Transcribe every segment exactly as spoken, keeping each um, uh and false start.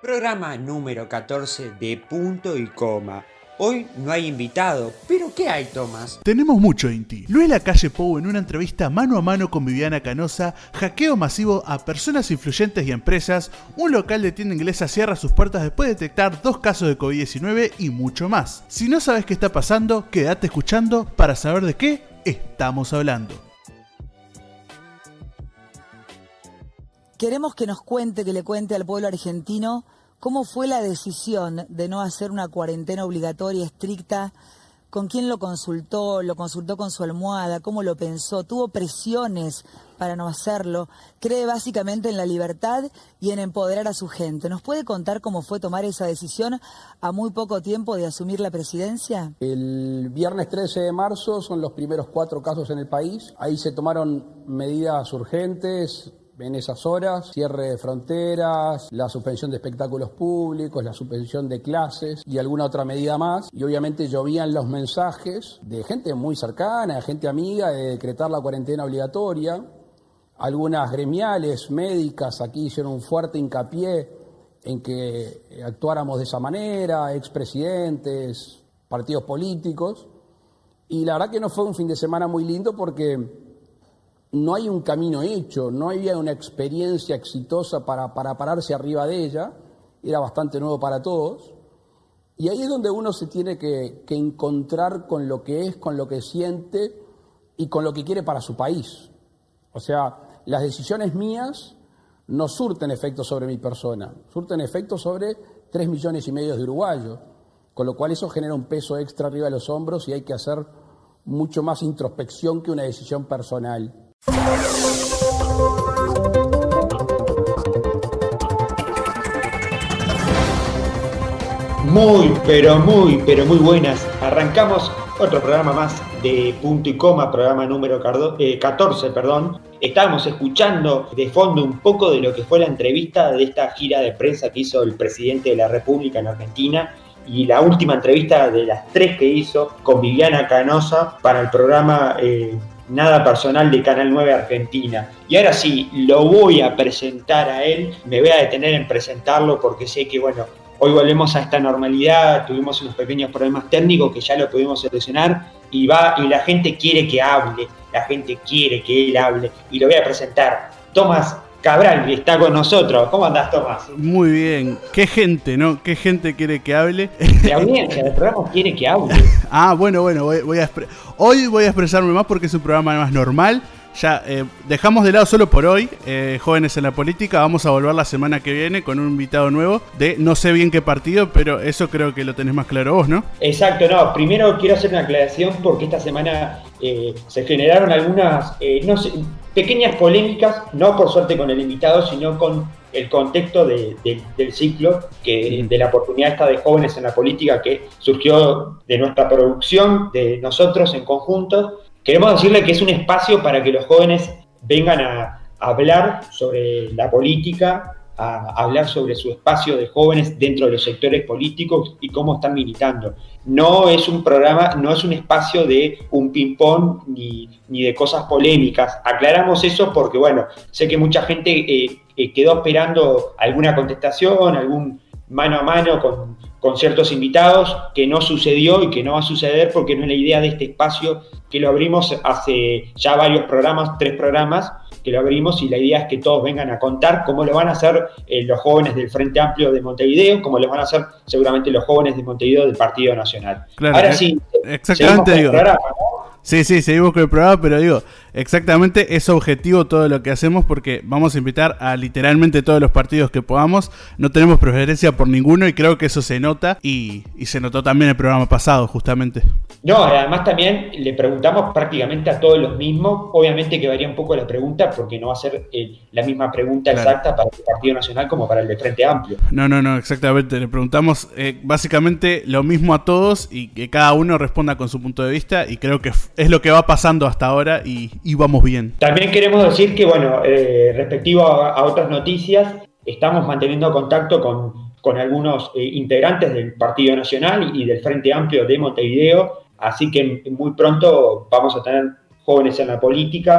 Programa número catorce de Punto y Coma. Hoy no hay invitado, pero ¿qué hay, Tomás? Tenemos mucho, Inti. Luis Lacalle Pou en una entrevista mano a mano con Viviana Canosa, hackeo masivo a personas influyentes y empresas, un local de tienda inglesa cierra sus puertas después de detectar dos casos de COVID diecinueve y mucho más. Si no sabes qué está pasando, quédate escuchando para saber de qué estamos hablando. Queremos que nos cuente, que le cuente al pueblo argentino cómo fue la decisión de no hacer una cuarentena obligatoria estricta, con quién lo consultó, lo consultó con su almohada, cómo lo pensó, tuvo presiones para no hacerlo, cree básicamente en la libertad y en empoderar a su gente. ¿Nos puede contar cómo fue tomar esa decisión a muy poco tiempo de asumir la presidencia? El viernes trece de marzo son los primeros cuatro casos en el país. Ahí se tomaron medidas urgentes. En esas horas, cierre de fronteras, la suspensión de espectáculos públicos, la suspensión de clases y alguna otra medida más. Y obviamente llovían los mensajes de gente muy cercana, de gente amiga, de decretar la cuarentena obligatoria. Algunas gremiales, médicas, aquí hicieron un fuerte hincapié en que actuáramos de esa manera, expresidentes, partidos políticos. Y la verdad que no fue un fin de semana muy lindo porque no hay un camino hecho, no había una experiencia exitosa para, para pararse arriba de ella, era bastante nuevo para todos, y ahí es donde uno se tiene que, que encontrar con lo que es, con lo que siente y con lo que quiere para su país. O sea, las decisiones mías no surten efectos sobre mi persona, surten efectos sobre tres millones y medio de uruguayos, con lo cual eso genera un peso extra arriba de los hombros y hay que hacer mucho más introspección que una decisión personal. Muy, pero muy, pero muy buenas. Arrancamos otro programa más de Punto y Coma, programa número catorce, perdón. Estábamos escuchando de fondo un poco de lo que fue la entrevista de esta gira de prensa que hizo el presidente de la República en Argentina y la última entrevista de las tres que hizo con Viviana Canosa para el programa eh, Nada Personal de Canal nueve Argentina. Y ahora sí, lo voy a presentar a él, me voy a detener en presentarlo porque sé que, bueno, hoy volvemos a esta normalidad, tuvimos unos pequeños problemas técnicos que ya lo pudimos solucionar y va y la gente quiere que hable, la gente quiere que él hable y lo voy a presentar. Tomás Cabral está con nosotros. ¿Cómo andás, Tomás? Muy bien. Qué gente, ¿no? Qué gente quiere que hable. La audiencia del programa quiere que hable. Ah, bueno, bueno. Voy, voy a hoy voy a expresarme más porque es un programa más normal. Ya eh, dejamos de lado solo por hoy eh, Jóvenes en la Política. Vamos a volver la semana que viene con un invitado nuevo de no sé bien qué partido, pero eso creo que lo tenés más claro vos, ¿no? Exacto, no. Primero quiero hacer una aclaración porque esta semana eh, se generaron algunas eh, no sé, pequeñas polémicas, no por suerte con el invitado, sino con el contexto de, de, del ciclo, que, de la oportunidad esta de Jóvenes en la Política que surgió de nuestra producción, de nosotros en conjunto. Queremos decirle que es un espacio para que los jóvenes vengan a hablar sobre la política, a hablar sobre su espacio de jóvenes dentro de los sectores políticos y cómo están militando. No es un programa, no es un espacio de un ping-pong ni, ni de cosas polémicas. Aclaramos eso porque, bueno, sé que mucha gente eh, eh, quedó esperando alguna contestación, algún mano a mano con, con ciertos invitados, que no sucedió y que no va a suceder porque no es la idea de este espacio que lo abrimos hace ya varios programas, tres programas, que lo abrimos y la idea es que todos vengan a contar cómo lo van a hacer eh, los jóvenes del Frente Amplio de Montevideo, cómo lo van a hacer seguramente los jóvenes de Montevideo del Partido Nacional. Claro, Ahora eh, sí, exactamente digo. Programa, ¿no? Sí, sí, seguimos con el programa, pero digo, exactamente es objetivo todo lo que hacemos porque vamos a invitar a literalmente todos los partidos que podamos. No tenemos preferencia por ninguno y creo que eso se nota y, y se notó también el programa pasado, justamente. No, además también le preguntamos prácticamente a todos los mismos. Obviamente que varía un poco la pregunta porque no va a ser eh, la misma pregunta claro. exacta para el Partido Nacional como para el de Frente Amplio. No, no, no, exactamente. Le preguntamos eh, básicamente lo mismo a todos y que cada uno responda con su punto de vista y creo que es lo que va pasando hasta ahora y, y vamos bien. También queremos decir que, bueno, eh, respectivo a, a otras noticias, estamos manteniendo contacto con, con algunos eh, integrantes del Partido Nacional y del Frente Amplio de Montevideo, así que muy pronto vamos a tener Jóvenes en la Política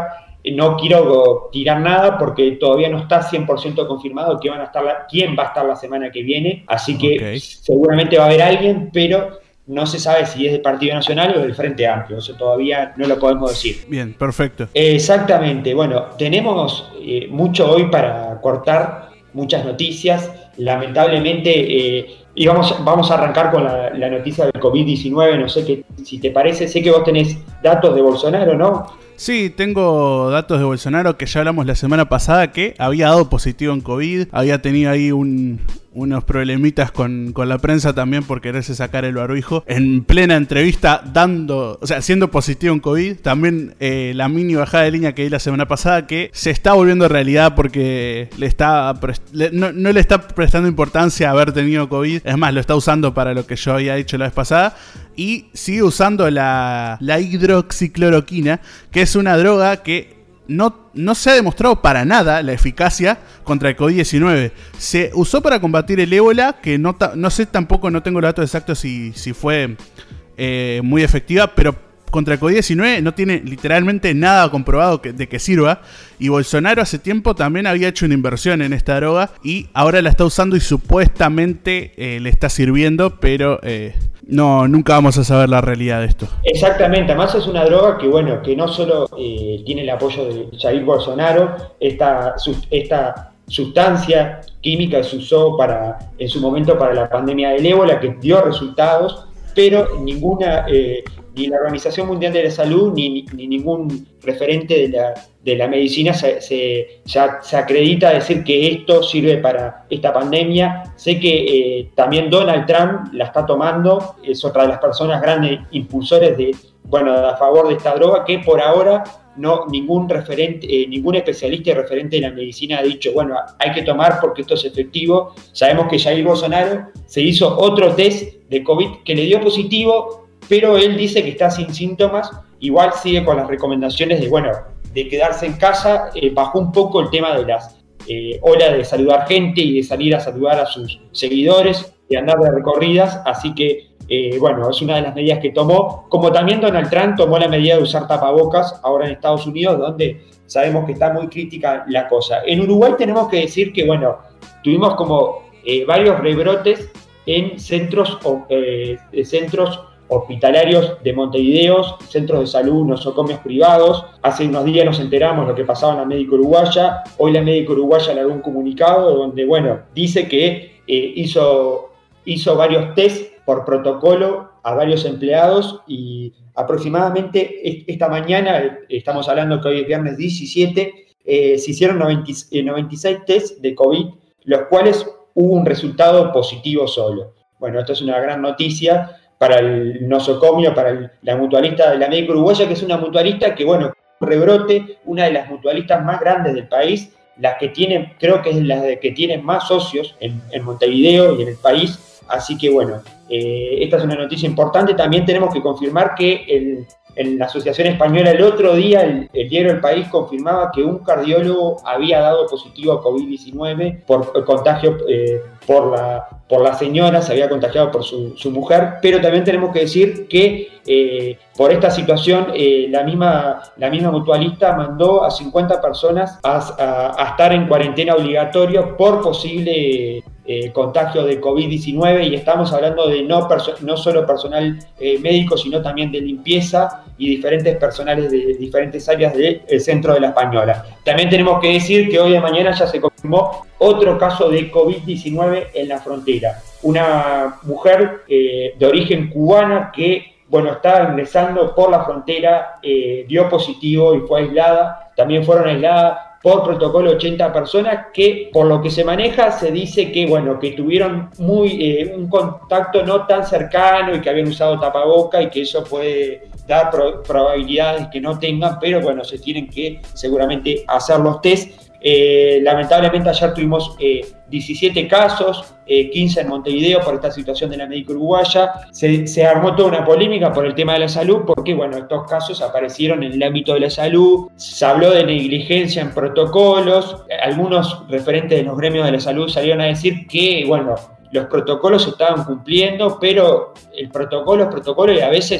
no quiero tirar nada porque todavía no está cien por ciento confirmado que van a estar la, quién va a estar la semana que viene, así que okay. seguramente va a haber alguien, pero no se sabe si es del Partido Nacional o del Frente Amplio, eso todavía no lo podemos decir. Bien, perfecto. Exactamente, bueno, tenemos eh, mucho hoy para cortar, muchas noticias, lamentablemente, eh, y vamos, vamos a arrancar con la, la noticia del COVID diecinueve, no sé qué, si te parece, sé que vos tenés datos de Bolsonaro, ¿no? Sí, tengo datos de Bolsonaro que ya hablamos la semana pasada, que había dado positivo en COVID, había tenido ahí un, unos problemitas con, con la prensa también por quererse sacar el barbijo, en plena entrevista dando, o sea, siendo positivo en COVID, también eh, la mini bajada de línea que di la semana pasada, que se está volviendo realidad porque le está le, no, no le está prestando importancia a haber tenido COVID, es más, lo está usando para lo que yo había dicho la vez pasada, y sigue usando la, la hidroxicloroquina, que es una droga que no, no se ha demostrado para nada la eficacia contra el COVID diecinueve. Se usó para combatir el ébola, que no, no sé tampoco, no tengo los datos exactos si, si fue eh, muy efectiva, pero contra el COVID diecinueve no tiene literalmente nada comprobado que, de que sirva. Y Bolsonaro hace tiempo también había hecho una inversión en esta droga y ahora la está usando y supuestamente eh, le está sirviendo, pero eh, no, nunca vamos a saber la realidad de esto. Exactamente, además es una droga que, bueno, que no solo eh, tiene el apoyo de Jair Bolsonaro, esta, esta sustancia química se usó para, en su momento para la pandemia del ébola, que dio resultados, pero ninguna, eh, ni la Organización Mundial de la Salud, ni, ni ningún referente de la, de la medicina se, se, ya, se acredita a decir que esto sirve para esta pandemia. Sé que eh, también Donald Trump la está tomando, es otra de las personas grandes impulsores de, bueno, a favor de esta droga, que por ahora no ningún referente, eh, ningún especialista y referente de la medicina ha dicho, bueno, hay que tomar porque esto es efectivo. Sabemos que Jair Bolsonaro se hizo otro test de COVID que le dio positivo, pero él dice que está sin síntomas, igual sigue con las recomendaciones de, bueno, de quedarse en casa, eh, bajó un poco el tema de las eh, olas de saludar gente y de salir a saludar a sus seguidores, de andar de recorridas, así que Eh, bueno, es una de las medidas que tomó, como también Donald Trump tomó la medida de usar tapabocas ahora en Estados Unidos, donde sabemos que está muy crítica la cosa. En Uruguay tenemos que decir que, bueno, tuvimos como eh, varios rebrotes en centros, eh, centros hospitalarios de Montevideo, centros de salud, nosocomios privados. Hace unos días nos enteramos lo que pasaba en la Médica Uruguaya. Hoy la Médica Uruguaya largó un comunicado donde, bueno, dice que eh, hizo, hizo varios test por protocolo a varios empleados y aproximadamente esta mañana, estamos hablando que hoy es viernes diecisiete, eh, se hicieron noventa, noventa y seis test de COVID, los cuales hubo un resultado positivo solo. Bueno, esto es una gran noticia para el nosocomio, para el, la mutualista de la Médica Uruguaya, que es una mutualista que, bueno, rebrote, una de las mutualistas más grandes del país, las que tienen, creo que es la de que tienen más socios en, en Montevideo y en el país. Así que bueno, eh, esta es una noticia importante. También tenemos que confirmar que el, en la Asociación Española el otro día, el, el diario El País confirmaba que un cardiólogo había dado positivo a COVID diecinueve por contagio eh, por, la, por la señora, se había contagiado por su, su mujer, pero también tenemos que decir que eh, por esta situación eh, la, misma, la misma mutualista mandó a cincuenta personas a, a, a estar en cuarentena obligatoria por posible Eh, contagio de COVID diecinueve, y estamos hablando de no, no solo personal eh, médico, sino también de limpieza y diferentes personales de diferentes áreas del centro de la Española. También tenemos que decir que hoy de mañana ya se confirmó otro caso de COVID diecinueve en la frontera. Una mujer eh, de origen cubana que, bueno, estaba ingresando por la frontera, eh, dio positivo y fue aislada. También fueron aisladas por protocolo ochenta personas que, por lo que se maneja, se dice que, bueno, que tuvieron muy, eh, un contacto no tan cercano y que habían usado tapaboca y que eso puede dar pro probabilidades que no tengan, pero bueno, se tienen que seguramente hacer los test. Eh, lamentablemente ayer tuvimos eh, diecisiete casos, eh, quince en Montevideo por esta situación de la Médica Uruguaya. Se, se armó toda una polémica por el tema de la salud, porque bueno, estos casos aparecieron en el ámbito de la salud, se habló de negligencia en protocolos, algunos referentes de los gremios de la salud salieron a decir que bueno, los protocolos se estaban cumpliendo, pero el protocolo es protocolo y a veces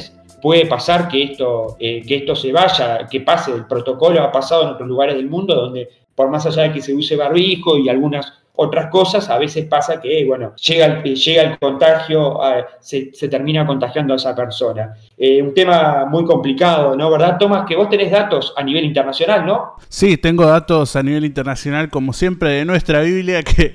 puede pasar que esto, eh, que esto se vaya, que pase. El protocolo ha pasado en otros lugares del mundo donde, por más allá de que se use barbijo y algunas otras cosas, a veces pasa que, bueno, llega el, llega el contagio, eh, se, se termina contagiando a esa persona. Eh, un tema muy complicado, ¿no? ¿Verdad, Tomás? Que vos tenés datos a nivel internacional, ¿no? Sí, tengo datos a nivel internacional, como siempre, de nuestra Biblia, que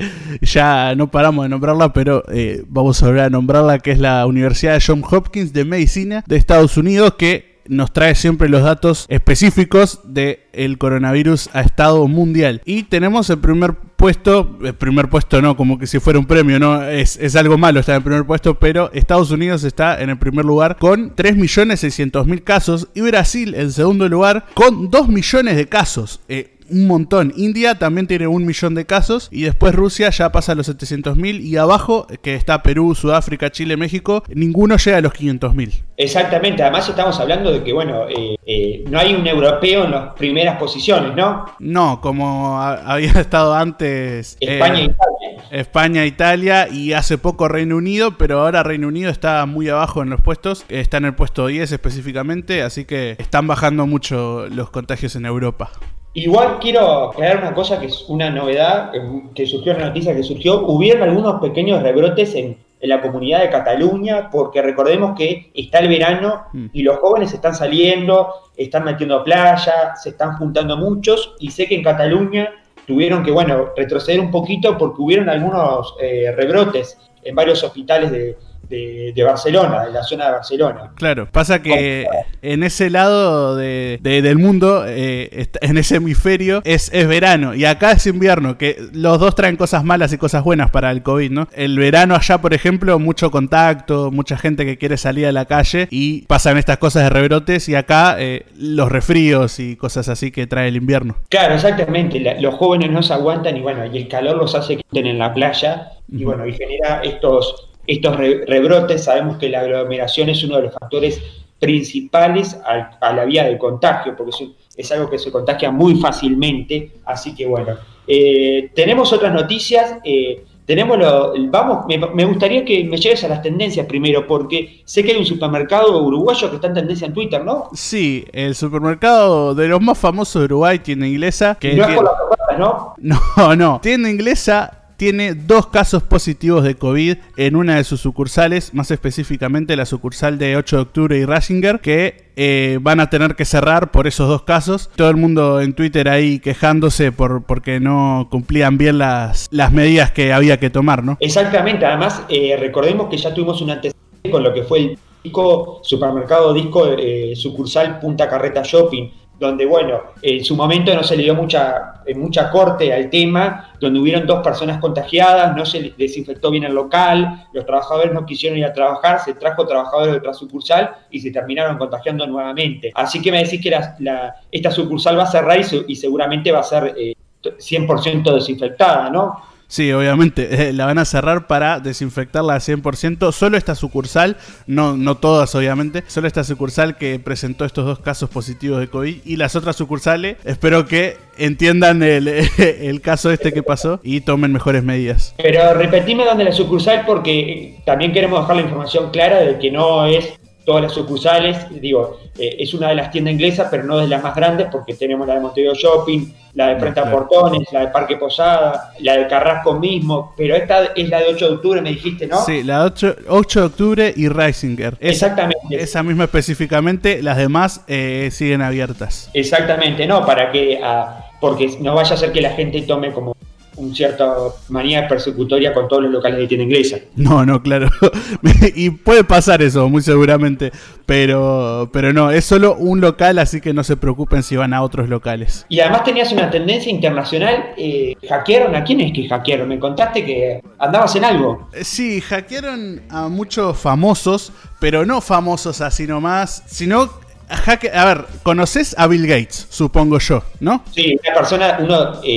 ya no paramos de nombrarla, pero eh, vamos a volver a nombrarla, que es la Universidad de Johns Hopkins de Medicina de Estados Unidos, que nos trae siempre los datos específicos del coronavirus a estado mundial. Y tenemos el primer puesto, el primer puesto no, como que si fuera un premio, no, es, es algo malo estar en el primer puesto, pero Estados Unidos está en el primer lugar con tres millones seiscientos mil casos y Brasil en segundo lugar con dos millones de casos. Eh, un montón. India también tiene un millón de casos y después Rusia ya pasa a los setecientos mil y abajo, que está Perú, Sudáfrica, Chile, México, ninguno llega a los quinientos mil. Exactamente, además estamos hablando de que, bueno, eh, eh, no hay un europeo en las primeras posiciones, ¿no? No, como a, había estado antes España e eh, Italia. España, Italia y hace poco Reino Unido, pero ahora Reino Unido está muy abajo en los puestos, está en el puesto diez específicamente, así que están bajando mucho los contagios en Europa. Igual quiero aclarar una cosa que es una novedad, que surgió en la noticia que surgió. Hubieron algunos pequeños rebrotes en, en la comunidad de Cataluña, porque recordemos que está el verano y los jóvenes están saliendo, están metiendo playa, se están juntando muchos, y sé que en Cataluña tuvieron que, bueno, retroceder un poquito porque hubieron algunos eh, rebrotes en varios hospitales de... De, de Barcelona, de la zona de Barcelona. Claro, pasa que en ese lado de, de, del mundo, eh, en ese hemisferio, es, es verano y acá es invierno, que los dos traen cosas malas y cosas buenas para el COVID, ¿no? El verano allá, por ejemplo, mucho contacto, mucha gente que quiere salir a la calle y pasan estas cosas de rebrotes, y acá eh, los resfríos y cosas así que trae el invierno. Claro, exactamente, la, los jóvenes no se aguantan y bueno, y el calor los hace que estén en la playa y bueno, y genera estos... Estos re rebrotes. Sabemos que la aglomeración es uno de los factores principales a, a la vía de contagio, porque es, es algo que se contagia muy fácilmente, así que bueno. Eh, tenemos otras noticias, eh, tenemos lo, vamos, me, me gustaría que me lleves a las tendencias primero, porque sé que hay un supermercado uruguayo que está en tendencia en Twitter, ¿no? Sí, el supermercado de los más famosos de Uruguay, Tienda Inglesa. Que no es tiene... por las ofertas, ¿no? No, no, Tienda Inglesa tiene dos casos positivos de COVID en una de sus sucursales, más específicamente la sucursal de ocho de octubre y Ratzinger, que eh, van a tener que cerrar por esos dos casos. Todo el mundo en Twitter ahí quejándose por porque no cumplían bien las, las medidas que había que tomar, ¿no? Exactamente, además eh, recordemos que ya tuvimos un antecedente con lo que fue el Disco, supermercado Disco eh, sucursal Punta Carreta Shopping, donde, bueno, en su momento no se le dio mucha, mucha corte al tema, donde hubieron dos personas contagiadas, no se desinfectó bien el local, los trabajadores no quisieron ir a trabajar, se trajo trabajadores de otra sucursal y se terminaron contagiando nuevamente. Así que me decís que la, la, esta sucursal va a cerrar y, se, y seguramente va a ser eh, cien por ciento desinfectada, ¿no? Sí, obviamente, eh, la van a cerrar para desinfectarla al cien por ciento. Solo esta sucursal, no, no todas obviamente, solo esta sucursal que presentó estos dos casos positivos de COVID, y las otras sucursales, espero que entiendan el, el caso este que pasó y tomen mejores medidas. Pero repetime dónde la sucursal, porque también queremos dejar la información clara de que no es todas las sucursales, digo, eh, es una de las tiendas inglesas, pero no de las más grandes, porque tenemos la de Montevideo Shopping, la de Frente a Portones, la de Parque Posada, la de Carrasco mismo, pero esta es la de ocho de octubre, me dijiste, ¿no? Sí, la de ocho de octubre y Ratzinger. Exactamente. Esa misma específicamente, las demás eh, siguen abiertas. Exactamente, no, para que, ah, porque no vaya a ser que la gente tome como un cierta manía persecutoria con todos los locales de tienda inglesa. No, no, claro. Y puede pasar eso, muy seguramente. Pero, pero no, es solo un local, así que no se preocupen si van a otros locales. Y además tenías una tendencia internacional. Eh, ¿Hackearon? ¿A quién es que hackearon? Me contaste que andabas en algo. Sí, hackearon a muchos famosos, pero no famosos así nomás, sino... Hacker, a ver, ¿conoces a Bill Gates? Supongo yo, ¿no? Sí, una persona, uno, eh,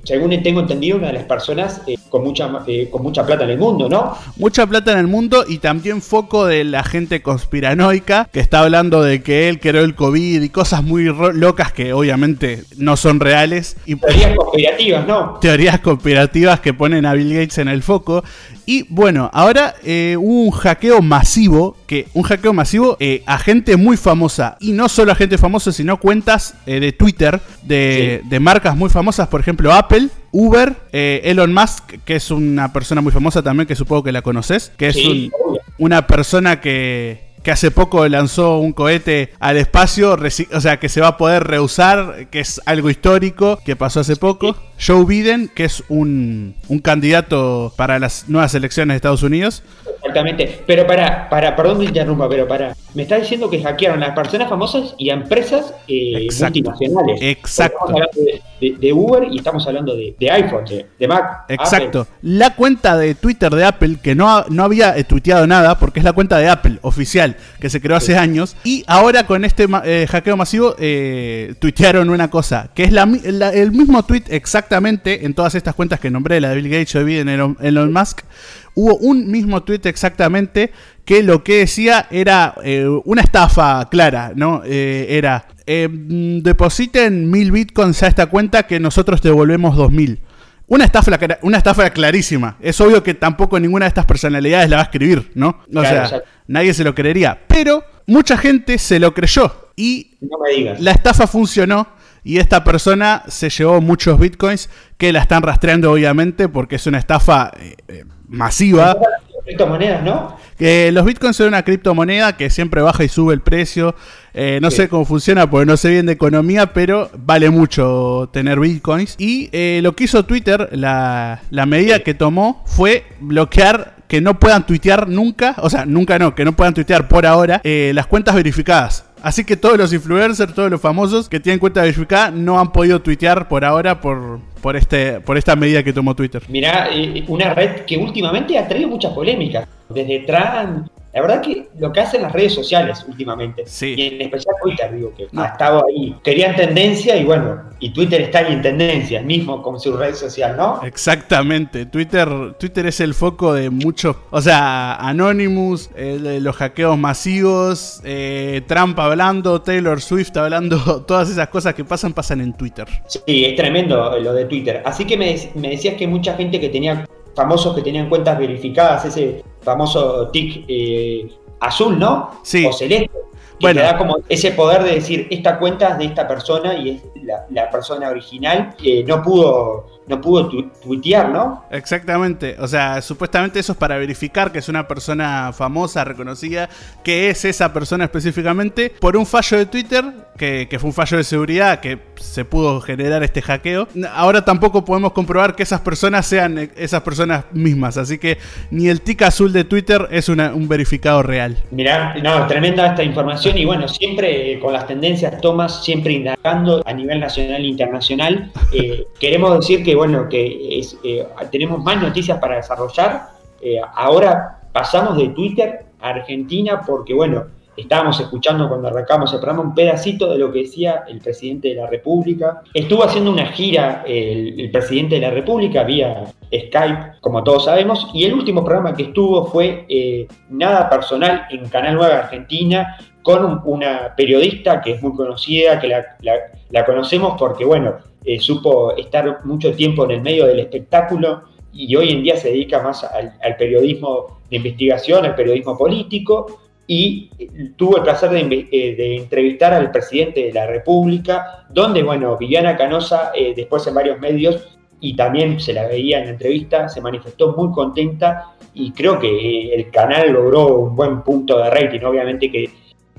según tengo entendido, una de las personas eh, con, mucha, eh, con mucha plata en el mundo, ¿no? Mucha plata en el mundo y también foco de la gente conspiranoica que está hablando de que él creó el COVID y cosas muy locas que obviamente no son reales. Y teorías conspirativas, ¿no? Teorías conspirativas que ponen a Bill Gates en el foco. Y bueno, ahora eh, hubo un hackeo masivo, que un hackeo masivo eh, a gente muy famosa, y no solo a gente famosa, sino cuentas eh, de Twitter de, sí. de marcas muy famosas, por ejemplo Apple, Uber, eh, Elon Musk, que es una persona muy famosa también, que supongo que la conoces, que es sí, un, una persona que... que hace poco lanzó un cohete al espacio, o sea, que se va a poder reusar, que es algo histórico, que pasó hace poco. Sí. Joe Biden, que es un, un candidato para las nuevas elecciones de Estados Unidos. Exactamente, pero para, para, perdón me interrumpa, pero para, me está diciendo que hackearon a personas famosas y a empresas eh, Exacto. multinacionales. Exacto. Estamos hablando de, de, de Uber y estamos hablando de, de iPhone, de, de Mac. Exacto. Apple. La cuenta de Twitter de Apple, que no, no había tuiteado nada, porque es la cuenta de Apple oficial, que se creó hace sí. años, y ahora con este eh, hackeo masivo eh, tuitearon una cosa, que es la, la, el mismo tweet exactamente en todas estas cuentas que nombré, la de Bill Gates, Joe Biden, Elon, Elon Musk. Hubo un mismo tweet exactamente que lo que decía era eh, una estafa clara, ¿no? Eh, era, eh, depositen mil bitcoins a esta cuenta que nosotros te devolvemos dos mil. Una estafa, una estafa clarísima. Es obvio que tampoco ninguna de estas personalidades la va a escribir, ¿no? O claro, sea, exacto. Nadie se lo creería. Pero mucha gente se lo creyó y no me digas. La estafa funcionó. Y esta persona se llevó muchos bitcoins que la están rastreando, obviamente, porque es una estafa eh, masiva. Criptomonedas, ¿no? Eh, los bitcoins son una criptomoneda que siempre baja y sube el precio. Eh, no sí. sé cómo funciona porque no sé bien de economía, pero vale mucho tener bitcoins. Y eh, lo que hizo Twitter, la, la medida sí. que tomó fue bloquear que no puedan tuitear nunca, o sea, nunca no, que no puedan tuitear por ahora eh, las cuentas verificadas. Así que todos los influencers, todos los famosos que tienen cuenta verificada no han podido tuitear por ahora por, por, este, por esta medida que tomó Twitter. Mirá, eh, una red que últimamente ha traído muchas polémicas. Desde Trump, la verdad que lo que hacen las redes sociales últimamente, sí. y en especial Twitter, digo que no. ha estado ahí. Querían tendencia y bueno, y Twitter está ahí en tendencia, mismo con su red social, ¿no? Exactamente, Twitter Twitter es el foco de muchos, o sea, Anonymous, eh, los hackeos masivos, eh, Trump hablando, Taylor Swift hablando, todas esas cosas que pasan, pasan en Twitter. Sí, es tremendo lo de Twitter. Así que me, me decías que mucha gente que tenía, famosos que tenían cuentas verificadas, ese famoso tic eh, azul, ¿no? Sí. O celeste. Que bueno, te da como ese poder de decir, esta cuenta es de esta persona y es la, la persona original que no pudo, no pudo tu, tuitear, ¿no? Exactamente, o sea, supuestamente eso es para verificar que es una persona famosa, reconocida, que es esa persona específicamente, por un fallo de Twitter, que, que fue un fallo de seguridad, que se pudo generar este hackeo. Ahora tampoco podemos comprobar que esas personas sean esas personas mismas, así que ni el tic azul de Twitter es una, un verificado real. Mirá, no, tremenda esta información. Y bueno, siempre eh, con las tendencias, Tomás, siempre indagando a nivel nacional e internacional. Eh, queremos decir que, bueno, que es, eh, tenemos más noticias para desarrollar. Eh, ahora pasamos de Twitter a Argentina porque, bueno, estábamos escuchando cuando arrancamos el programa un pedacito de lo que decía el presidente de la República. Estuvo haciendo una gira el, el presidente de la República vía Skype, como todos sabemos, y el último programa que estuvo fue eh, Nada Personal en Canal nueve Argentina, con una periodista que es muy conocida, que la, la, la conocemos porque, bueno, eh, supo estar mucho tiempo en el medio del espectáculo y hoy en día se dedica más al, al periodismo de investigación, al periodismo político, y tuvo el placer de, eh, de entrevistar al presidente de la República, donde, bueno, Viviana Canosa, eh, después en varios medios, y también se la veía en la entrevista, se manifestó muy contenta, y creo que eh, el canal logró un buen punto de rating. Obviamente que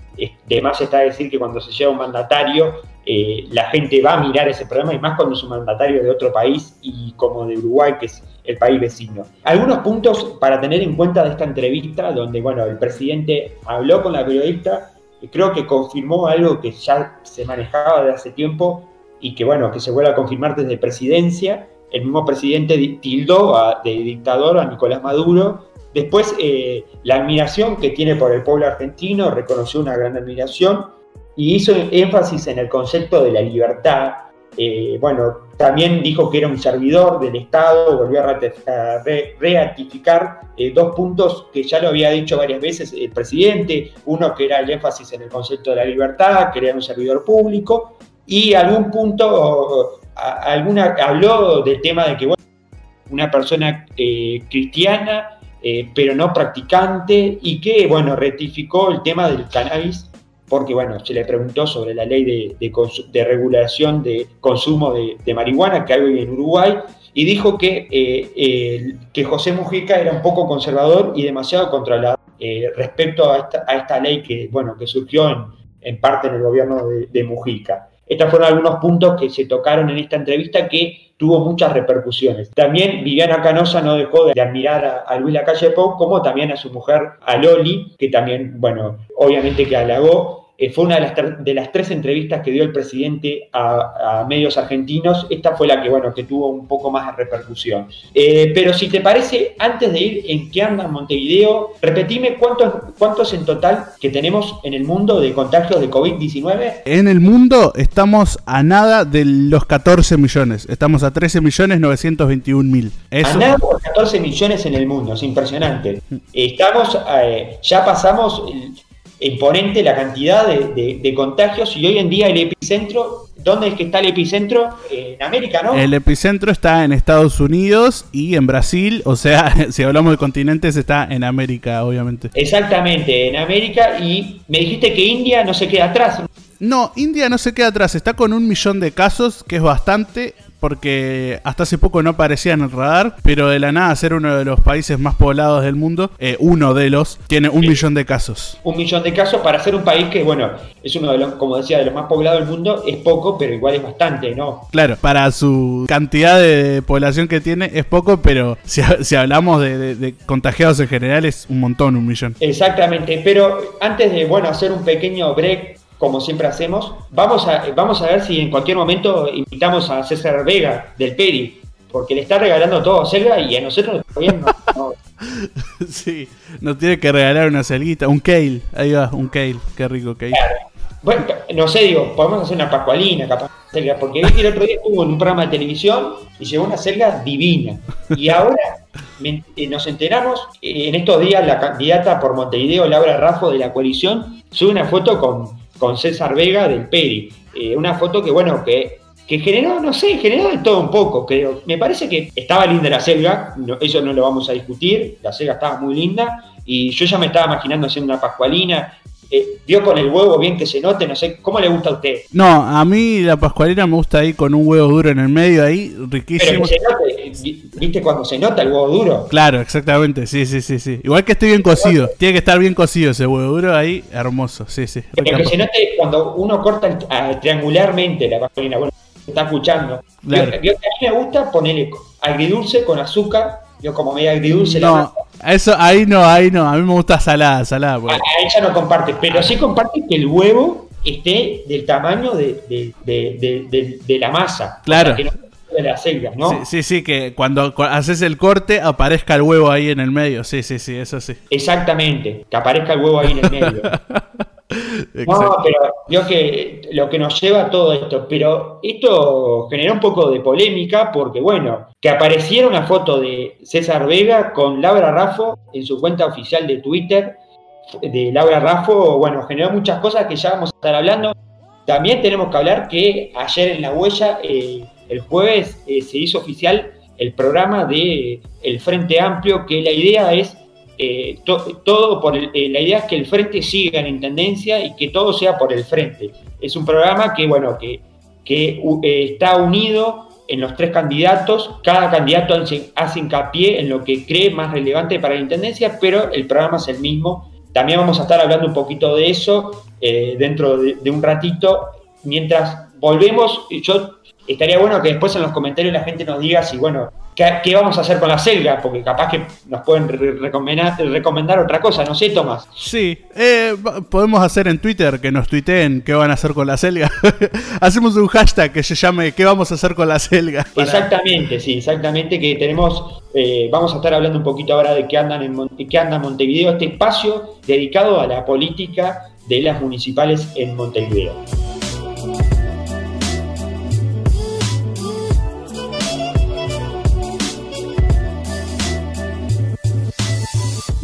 de más está decir que cuando se lleva un mandatario, eh, la gente va a mirar ese programa, y más cuando es un mandatario de otro país, y como de Uruguay, que es el país vecino. Algunos puntos para tener en cuenta de esta entrevista, donde, bueno, el presidente habló con la periodista, y creo que confirmó algo que ya se manejaba desde hace tiempo, y que, bueno, que se vuelve a confirmar desde presidencia. El mismo presidente tildó a, de dictador a Nicolás Maduro. Después, eh, la admiración que tiene por el pueblo argentino, reconoció una gran admiración y hizo énfasis en el concepto de la libertad, Eh, bueno, también dijo que era un servidor del Estado, volvió a ratificar eh, dos puntos que ya lo había dicho varias veces el presidente, uno que era el énfasis en el concepto de la libertad, que era un servidor público, y algún punto, a, alguna, habló del tema de que, bueno, una persona eh, cristiana, eh, pero no practicante, y que, bueno, rectificó el tema del cannabis, porque, bueno, se le preguntó sobre la ley de, de, de regulación de consumo de, de marihuana que hay en Uruguay, y dijo que, eh, eh, que José Mujica era un poco conservador y demasiado controlador eh, respecto a esta, a esta ley que, bueno, que surgió en, en parte en el gobierno de, de Mujica. Estos fueron algunos puntos que se tocaron en esta entrevista que tuvo muchas repercusiones. También Viviana Canosa no dejó de admirar a, a Luis Lacalle Pou, como también a su mujer, a Loli, que también, bueno, obviamente que halagó. Eh, fue una de las, de las tres entrevistas que dio el presidente a, a medios argentinos. Esta fue la que, bueno, que tuvo un poco más de repercusión. Eh, pero si te parece, antes de ir en qué anda Montevideo, repetime cuántos, cuántos en total que tenemos en el mundo de contagios de COVID diecinueve. En el mundo estamos a nada de los catorce millones. Estamos a trece millones novecientos veintiún mil. A nada de los catorce millones en el mundo, es impresionante. Estamos, eh, ya pasamos... El, imponente la cantidad de, de, de contagios, y hoy en día el epicentro, ¿dónde es que está el epicentro? Eh, en América, ¿no? El epicentro está en Estados Unidos y en Brasil, o sea, si hablamos de continentes, está en América, obviamente. Exactamente, en América, y me dijiste que India no se queda atrás. No, India no se queda atrás, está con un millón de casos, que es bastante, porque hasta hace poco no aparecía en el radar, pero de la nada ser uno de los países más poblados del mundo, eh, uno de los, tiene un sí. millón de casos. Un millón de casos para ser un país que, bueno, es uno de los, como decía, de los más poblados del mundo, es poco, pero igual es bastante, ¿no? Claro, para su cantidad de población que tiene es poco, pero si, si hablamos de, de, de contagiados en general es un montón, un millón. Exactamente, pero antes de, bueno, hacer un pequeño break, como siempre hacemos, vamos a, vamos a ver si en cualquier momento invitamos a César Vega del Peri, porque le está regalando todo a Selga y a nosotros todavía no. no. Sí, nos tiene que regalar una selguita, un kale, ahí va, un kale, qué rico kale. Claro. Bueno, no sé, digo, podemos hacer una pascualina capaz, Selga, porque el otro día estuvo en un programa de televisión y llegó una Selga divina, y ahora me, eh, nos enteramos, eh, en estos días la candidata por Montevideo, Laura Raffo de la coalición, sube una foto con con César Vega del Peri, eh, una foto que, bueno, que, que generó, no sé, generó de todo un poco, creo. Me parece que estaba linda la selga, no, eso no lo vamos a discutir, la selga estaba muy linda, y yo ya me estaba imaginando haciendo una pascualina, eh, vio con el huevo bien que se note, no sé, ¿cómo le gusta a usted? No, a mí la pascualina me gusta ahí con un huevo duro en el medio, ahí, riquísimo. Pero que se note, ¿viste cuando se nota el huevo duro? Claro, exactamente, sí, sí, sí, sí. Igual que esté bien cocido, tiene que estar bien cocido ese huevo duro ahí, hermoso, sí, sí. Pero que se note cuando uno corta el, a, triangularmente la pascualina, bueno, se está escuchando. Claro. Yo, yo, a mí me gusta ponerle agridulce con azúcar, yo como media agridulce. No, la eso, ahí no, ahí no, a mí me gusta salada, salada. Porque... A, a ella no comparte, pero sí comparte que el huevo esté del tamaño de, de, de, de, de, de la masa. Claro. O sea, que no de las selgas, ¿no? Sí, sí, sí, que cuando haces el corte aparezca el huevo ahí en el medio, sí, sí, sí, eso sí. Exactamente, que aparezca el huevo ahí en el medio. No, pero yo que lo que nos lleva a todo esto, pero esto generó un poco de polémica porque, bueno, que apareciera una foto de César Vega con Laura Raffo en su cuenta oficial de Twitter, de Laura Raffo, bueno, generó muchas cosas que ya vamos a estar hablando. También tenemos que hablar que ayer en La Huella, eh, el jueves, eh, se hizo oficial el programa de eh, el Frente Amplio, que la idea es Eh, to, todo por el, eh, la idea es que el Frente siga en intendencia y que todo sea por el Frente. Es un programa que, bueno, que, que eh, está unido en los tres candidatos. Cada candidato hace, hace hincapié en lo que cree más relevante para la intendencia, pero el programa es el mismo. También vamos a estar hablando un poquito de eso eh, dentro de, de un ratito. Mientras volvemos, yo estaría bueno que después en los comentarios la gente nos diga si, bueno, ¿Qué, ¿qué vamos a hacer con la selga? Porque capaz que nos pueden re recomendar, recomendar otra cosa, no sé, Tomás. Sí, eh, podemos hacer en Twitter que nos tuiteen qué van a hacer con la selga. Hacemos un hashtag que se llame ¿qué vamos a hacer con la selga? Para... Exactamente, sí, exactamente, que tenemos, eh, vamos a estar hablando un poquito ahora de qué andan en Mon qué anda Montevideo, este espacio dedicado a la política de las municipales en Montevideo.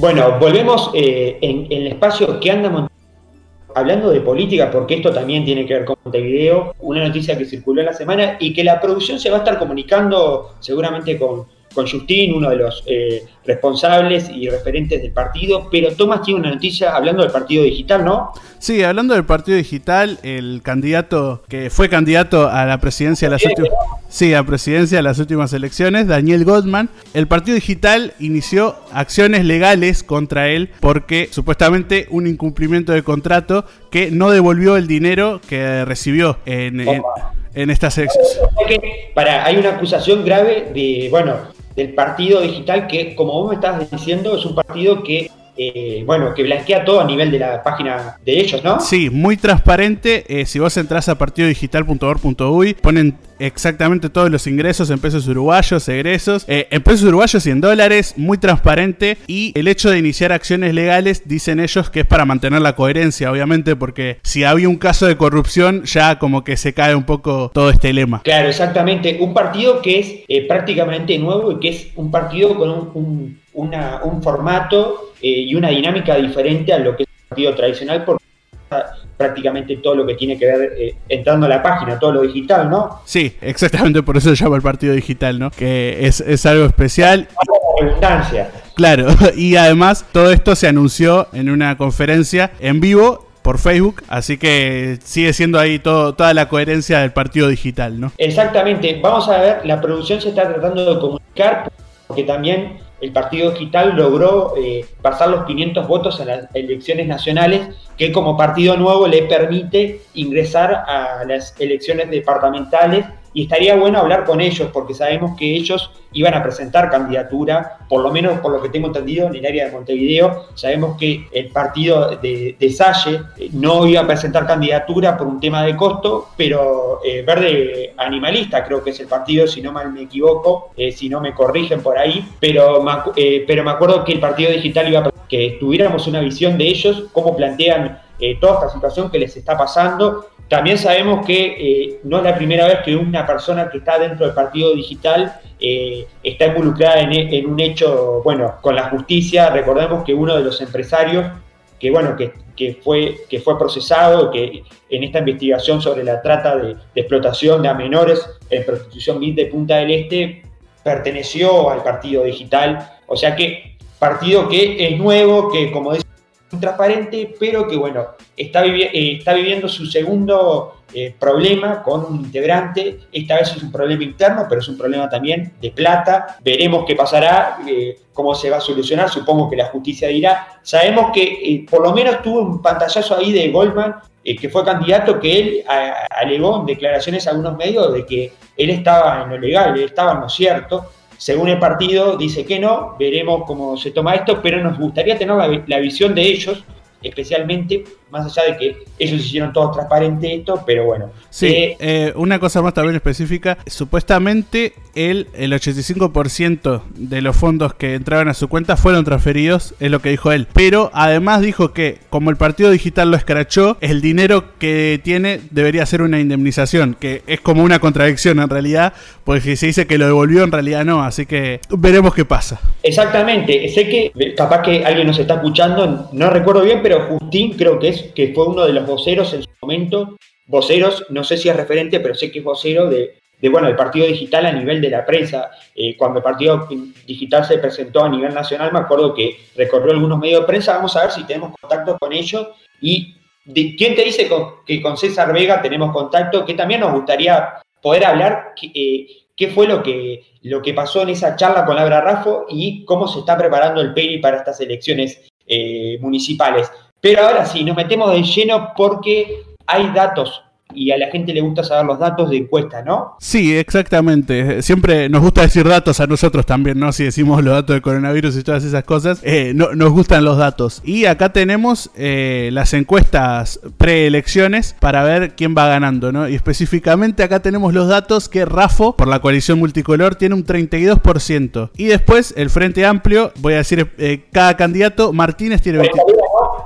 Bueno, volvemos eh, en, en el espacio que anda Montevideo, hablando de política, porque esto también tiene que ver con Montevideo, una noticia que circuló en la semana y que la producción se va a estar comunicando seguramente con, con Justín, uno de los eh, responsables y referentes del partido, pero Tomás tiene una noticia hablando del partido digital, ¿no? Sí, hablando del partido digital, el candidato que fue candidato a la presidencia de las últimas... Sí, a presidencia de las últimas elecciones, Daniel Goldman. El partido digital inició acciones legales contra él porque supuestamente un incumplimiento de contrato que no devolvió el dinero que recibió en, en, en estas elecciones. Para, hay una acusación grave de, bueno, del partido digital que, como vos me estabas diciendo, es un partido que Eh, bueno, que blanquea todo a nivel de la página de ellos, ¿no? Sí, muy transparente. Eh, si vos entrás a partido digital punto org punto uy, ponen exactamente todos los ingresos en pesos uruguayos, egresos, eh, en pesos uruguayos y en dólares, muy transparente. Y el hecho de iniciar acciones legales, dicen ellos que es para mantener la coherencia, obviamente, porque si había un caso de corrupción, ya como que se cae un poco todo este lema. Claro, exactamente. Un partido que es eh, prácticamente nuevo y que es un partido con un, un, una, un formato eh, y una dinámica diferente a lo que es un partido tradicional, porque prácticamente todo lo que tiene que ver eh, entrando a la página, todo lo digital, ¿no? Sí, exactamente, por eso se llama el partido digital, ¿no? Que es, es algo especial. Redundancia. Claro, y además todo esto se anunció en una conferencia en vivo por Facebook, así que sigue siendo ahí todo, toda la coherencia del partido digital, ¿no? Exactamente, vamos a ver, la producción se está tratando de comunicar, porque también el partido digital logró eh, pasar los quinientos votos en las elecciones nacionales, que como partido nuevo le permite ingresar a las elecciones departamentales, y estaría bueno hablar con ellos, porque sabemos que ellos iban a presentar candidatura, por lo menos por lo que tengo entendido en el área de Montevideo. Sabemos que el partido de, de Salle no iba a presentar candidatura por un tema de costo, pero eh, Verde Animalista creo que es el partido, si no mal me equivoco, eh, si no me corrigen por ahí, pero, eh, pero me acuerdo que el partido digital iba a que tuviéramos una visión de ellos, cómo plantean eh, toda esta situación que les está pasando. También sabemos que eh, no es la primera vez que una persona que está dentro del partido digital eh, está involucrada en, en un hecho, bueno, con la justicia. Recordemos que uno de los empresarios que, bueno, que, que, fue, que fue procesado que en esta investigación sobre la trata de, de explotación de a menores en prostitución vil de Punta del Este perteneció al partido digital. O sea que partido que es nuevo, que como dice, transparente, pero que bueno, está, vivi eh, está viviendo su segundo eh, problema con un integrante. Esta vez es un problema interno, pero es un problema también de plata. Veremos qué pasará, eh, cómo se va a solucionar, supongo que la justicia dirá. Sabemos que eh, por lo menos tuvo un pantallazo ahí de Goldman, eh, que fue candidato, que él a, alegó en declaraciones a algunos medios de que él estaba en lo legal, él estaba en lo cierto. Según el partido dice que no, veremos cómo se toma esto, pero nos gustaría tener la, la visión de ellos, especialmente, más allá de que ellos hicieron todo transparente esto, pero bueno. Sí, eh, eh, una cosa más también específica, supuestamente él, el ochenta y cinco por ciento de los fondos que entraban a su cuenta fueron transferidos, es lo que dijo él, pero además dijo que como el partido digital lo escrachó, el dinero que tiene debería ser una indemnización, que es como una contradicción en realidad, porque se dice que lo devolvió, en realidad no, así que veremos qué pasa. Exactamente, sé que capaz que alguien nos está escuchando, no recuerdo bien, pero Justín creo que es que fue uno de los voceros en su momento, voceros, no sé si es referente, pero sé que es vocero de, de bueno, el partido digital a nivel de la prensa. Eh, cuando el partido digital se presentó a nivel nacional, me acuerdo que recorrió algunos medios de prensa. Vamos a ver si tenemos contacto con ellos. Y de, ¿quién te dice con, que con César Vega tenemos contacto? Que también nos gustaría poder hablar que, eh, qué fue lo que, lo que pasó en esa charla con Laura Raffo y cómo se está preparando el P E R I para estas elecciones eh, municipales. Pero ahora sí, nos metemos de lleno porque hay datos y a la gente le gusta saber los datos de encuesta, ¿no? Sí, exactamente. Siempre nos gusta decir datos a nosotros también, ¿no? Si decimos los datos del coronavirus y todas esas cosas, eh, no, nos gustan los datos. Y acá tenemos eh, las encuestas preelecciones para ver quién va ganando, ¿no? Y específicamente acá tenemos los datos que Raffo, por la coalición multicolor, tiene un treinta y dos por ciento. Y después el Frente Amplio, voy a decir eh, cada candidato, Martínez tiene veinte por ciento.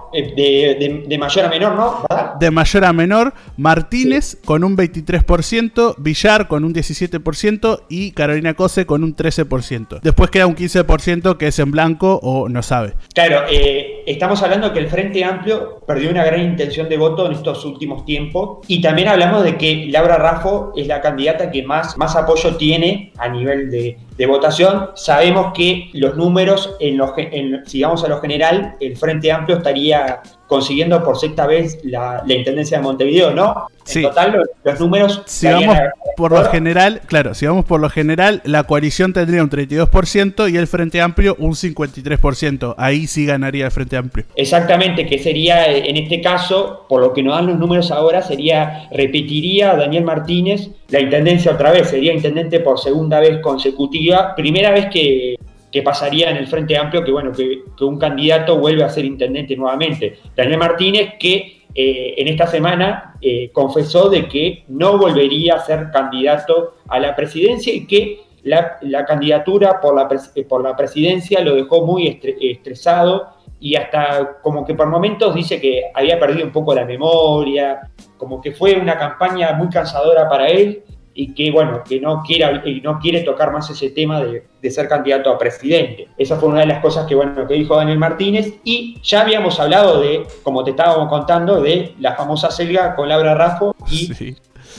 de, de, de mayor a menor, ¿no? ¿Verdad? De mayor a menor, Martínez sí. con un veintitrés por ciento, Villar con un diecisiete por ciento y Carolina Cose con un trece por ciento. Después queda un quince por ciento que es en blanco o no sabe. Claro, eh, estamos hablando que el Frente Amplio perdió una gran intención de voto en estos últimos tiempos y también hablamos de que Laura Raffo es la candidata que más, más apoyo tiene a nivel de, de votación. Sabemos que los números, en los, en, si vamos a lo general, el Frente Amplio estaría consiguiendo por sexta vez la, la Intendencia de Montevideo, ¿no? Sí. En total, los, los números... Si vamos por lo general, claro, si vamos por lo general, la coalición tendría un treinta y dos por ciento y el Frente Amplio un cincuenta y tres por ciento. Ahí sí ganaría el Frente Amplio. Exactamente, que sería, en este caso, por lo que nos dan los números ahora, sería, repetiría Daniel Martínez la Intendencia otra vez, sería intendente por segunda vez consecutiva, primera vez que... que pasaría en el Frente Amplio, que bueno, que, que un candidato vuelve a ser intendente nuevamente. Daniel Martínez, que eh, en esta semana eh, confesó de que no volvería a ser candidato a la presidencia y que la, la candidatura por la, por la presidencia lo dejó muy estre, estresado y hasta como que por momentos dice que había perdido un poco la memoria, como que fue una campaña muy cansadora para él, y que, bueno, que no quiere, no quiere tocar más ese tema de, de ser candidato a presidente. Esa fue una de las cosas que, bueno, que dijo Daniel Martínez. Y ya habíamos hablado de, como te estábamos contando, de la famosa selga con Laura Raffo y, sí.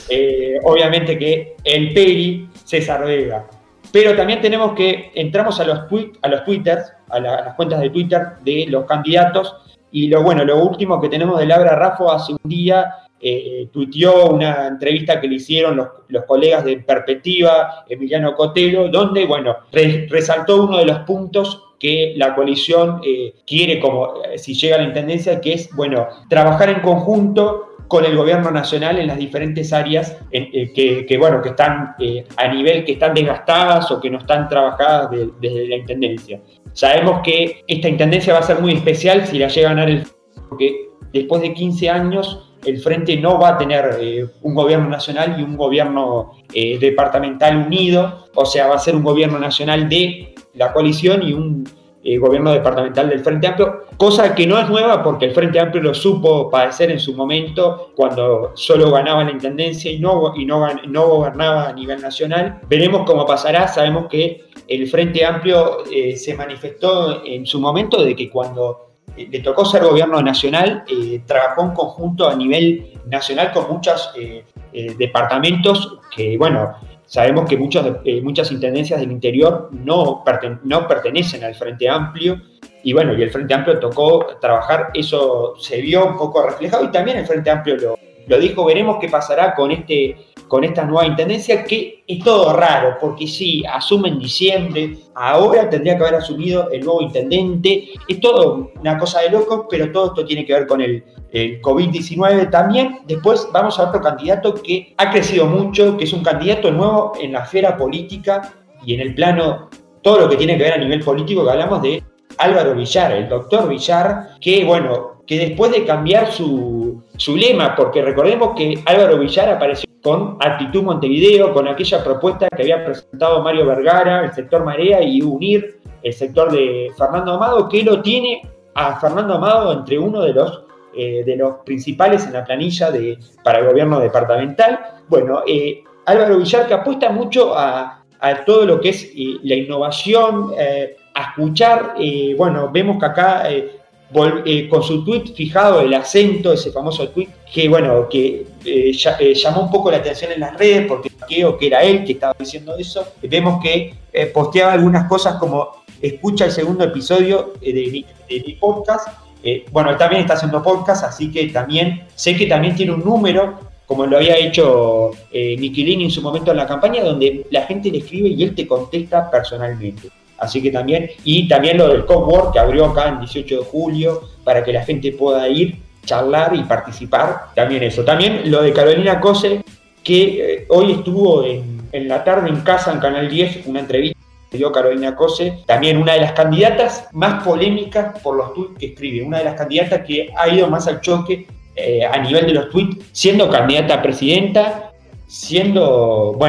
eh, obviamente, que el Peri, César Vega. Pero también tenemos que, entramos a los, tweet, a los twitters, a, la, a las cuentas de Twitter de los candidatos, y lo bueno, lo último que tenemos de Laura Raffo hace un día... Eh, tuiteó una entrevista que le hicieron los, los colegas de Perspectiva, Emiliano Cotelo, donde, bueno, re, resaltó uno de los puntos que la coalición eh, quiere, como eh, si llega a la intendencia, que es, bueno, trabajar en conjunto con el gobierno nacional en las diferentes áreas en, eh, que, que, bueno, que están eh, a nivel que están desgastadas o que no están trabajadas de, desde la intendencia. Sabemos que esta intendencia va a ser muy especial si la llega a ganar el... porque después de quince años el Frente no va a tener eh, un gobierno nacional y un gobierno eh, departamental unido, o sea, va a ser un gobierno nacional de la coalición y un eh, gobierno departamental del Frente Amplio, cosa que no es nueva porque el Frente Amplio lo supo padecer en su momento cuando solo ganaba la intendencia y no, y no, no gobernaba a nivel nacional. Veremos cómo pasará. Sabemos que el Frente Amplio eh, se manifestó en su momento de que cuando le tocó ser gobierno nacional, eh, trabajó en conjunto a nivel nacional con muchos eh, eh, departamentos que, bueno, sabemos que muchos, eh, muchas intendencias del interior no, perten- no pertenecen al Frente Amplio y, bueno, y el Frente Amplio tocó trabajar, eso se vio un poco reflejado y también el Frente Amplio lo, lo dijo. Veremos qué pasará con este... con esta nueva intendencia, que es todo raro, porque sí, asume en diciembre, ahora tendría que haber asumido el nuevo intendente, es todo una cosa de locos, pero todo esto tiene que ver con el, el COVID diecinueve también. Después vamos a otro candidato que ha crecido mucho, que es un candidato nuevo en la esfera política y en el plano, todo lo que tiene que ver a nivel político, que hablamos de Álvaro Villar, el doctor Villar, que bueno, que después de cambiar su, su lema, porque recordemos que Álvaro Villar apareció con Actitud Montevideo, con aquella propuesta que había presentado Mario Vergara, el sector Marea, y unir el sector de Fernando Amado, que lo tiene a Fernando Amado entre uno de los, eh, de los principales en la planilla de, para el gobierno departamental. Bueno, eh, Álvaro Villar, que apuesta mucho a, a todo lo que es eh, la innovación, eh, a escuchar, eh, bueno, vemos que acá... Eh, Vol, eh, con su tuit fijado, el acento, ese famoso tuit, que bueno, que eh, ya, eh, llamó un poco la atención en las redes, porque creo que era él que estaba diciendo eso. Vemos que eh, posteaba algunas cosas como escucha el segundo episodio eh, de, mi, de mi podcast. Eh, bueno, él también está haciendo podcast, así que también sé que también tiene un número, como lo había hecho eh, Michelini en su momento en la campaña, donde la gente le escribe y él te contesta personalmente. Así que también, y también lo del Cowork que abrió acá el dieciocho de julio para que la gente pueda ir, charlar y participar, también eso. También lo de Carolina Cose, que eh, hoy estuvo en, en la tarde en casa en Canal diez, una entrevista que dio Carolina Cose, también una de las candidatas más polémicas por los tweets que escribe, una de las candidatas que ha ido más al choque eh, a nivel de los tweets, siendo candidata a presidenta, siendo, bueno...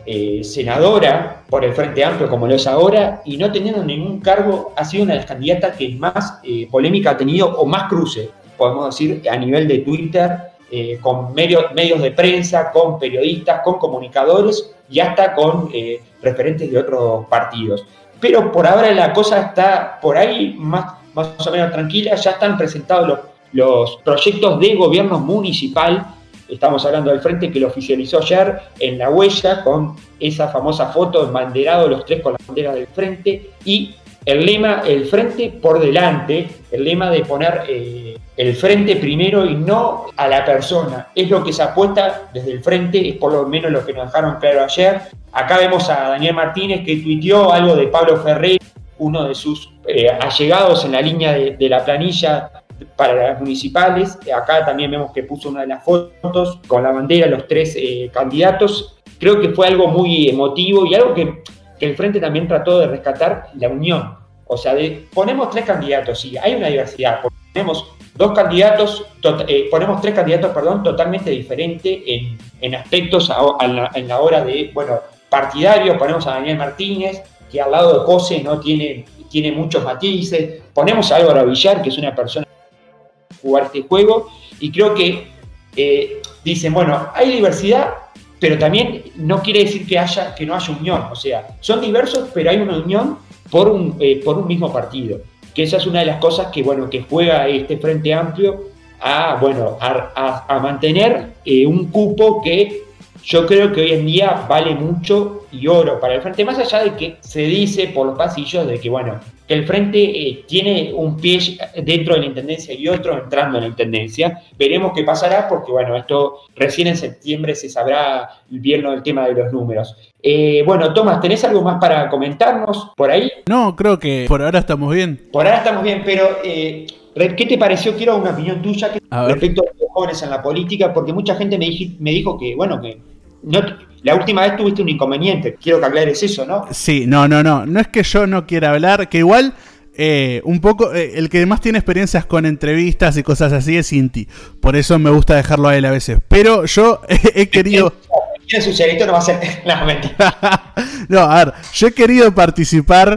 eh, senadora por el Frente Amplio como lo es ahora, y no teniendo ningún cargo, ha sido una de las candidatas que más eh, polémica ha tenido, o más cruce, podemos decir, a nivel de Twitter, eh, con medios, medios de prensa, con periodistas, con comunicadores y hasta con eh, referentes de otros partidos. Pero por ahora la cosa está por ahí más, más o menos tranquila, ya están presentados los, los proyectos de gobierno municipal. Estamos hablando del Frente, que lo oficializó ayer en La Huella, con esa famosa foto embanderado los tres con la bandera del Frente, y el lema, el Frente por delante, el lema de poner eh, el Frente primero y no a la persona. Es lo que se apuesta desde el Frente, es por lo menos lo que nos dejaron claro ayer. Acá vemos a Daniel Martínez, que tuiteó algo de Pablo Ferreira, uno de sus eh, allegados en la línea de, de la planilla para las municipales. Acá también vemos que puso una de las fotos con la bandera, los tres eh, candidatos. Creo que fue algo muy emotivo y algo que, que el Frente también trató de rescatar, la unión. O sea, de, ponemos tres candidatos, sí, hay una diversidad, ponemos dos candidatos, tot, eh, ponemos tres candidatos, perdón, totalmente diferentes en, en aspectos a, a la, en la hora de, bueno, partidarios. Ponemos a Daniel Martínez, que al lado de José no tiene, tiene muchos matices. Ponemos a Álvaro Villar, que es una persona jugar este juego, y creo que eh, dicen, bueno, hay diversidad, pero también no quiere decir que haya que no haya unión. O sea, son diversos, pero hay una unión por un, eh, por un mismo partido, que esa es una de las cosas que, bueno, que juega este Frente Amplio a, bueno, a, a, a mantener eh, un cupo que yo creo que hoy en día vale mucho y oro para el Frente, más allá de que se dice por los pasillos de que, bueno, que el Frente eh, tiene un pie dentro de la Intendencia y otro entrando en la Intendencia. Veremos qué pasará, porque, bueno, esto recién en septiembre se sabrá bien el tema de los números. Eh, bueno, Tomás, ¿tenés algo más para comentarnos por ahí? No, creo que por ahora estamos bien. Por ahora estamos bien, pero eh, ¿qué te pareció? Quiero una opinión tuya respecto a los jóvenes en la política, porque mucha gente me, dij, me dijo que, bueno, que no, la última vez tuviste un inconveniente. Quiero que aclares eso, ¿no? Sí, no, no, no. No es que yo no quiera hablar, que igual eh, un poco eh, el que más tiene experiencias con entrevistas y cosas así es Inti. Por eso me gusta dejarlo a él a veces. Pero yo eh, he querido... ¿Quién es esto? No va a ser... No, mentira. No, a ver, yo he querido participar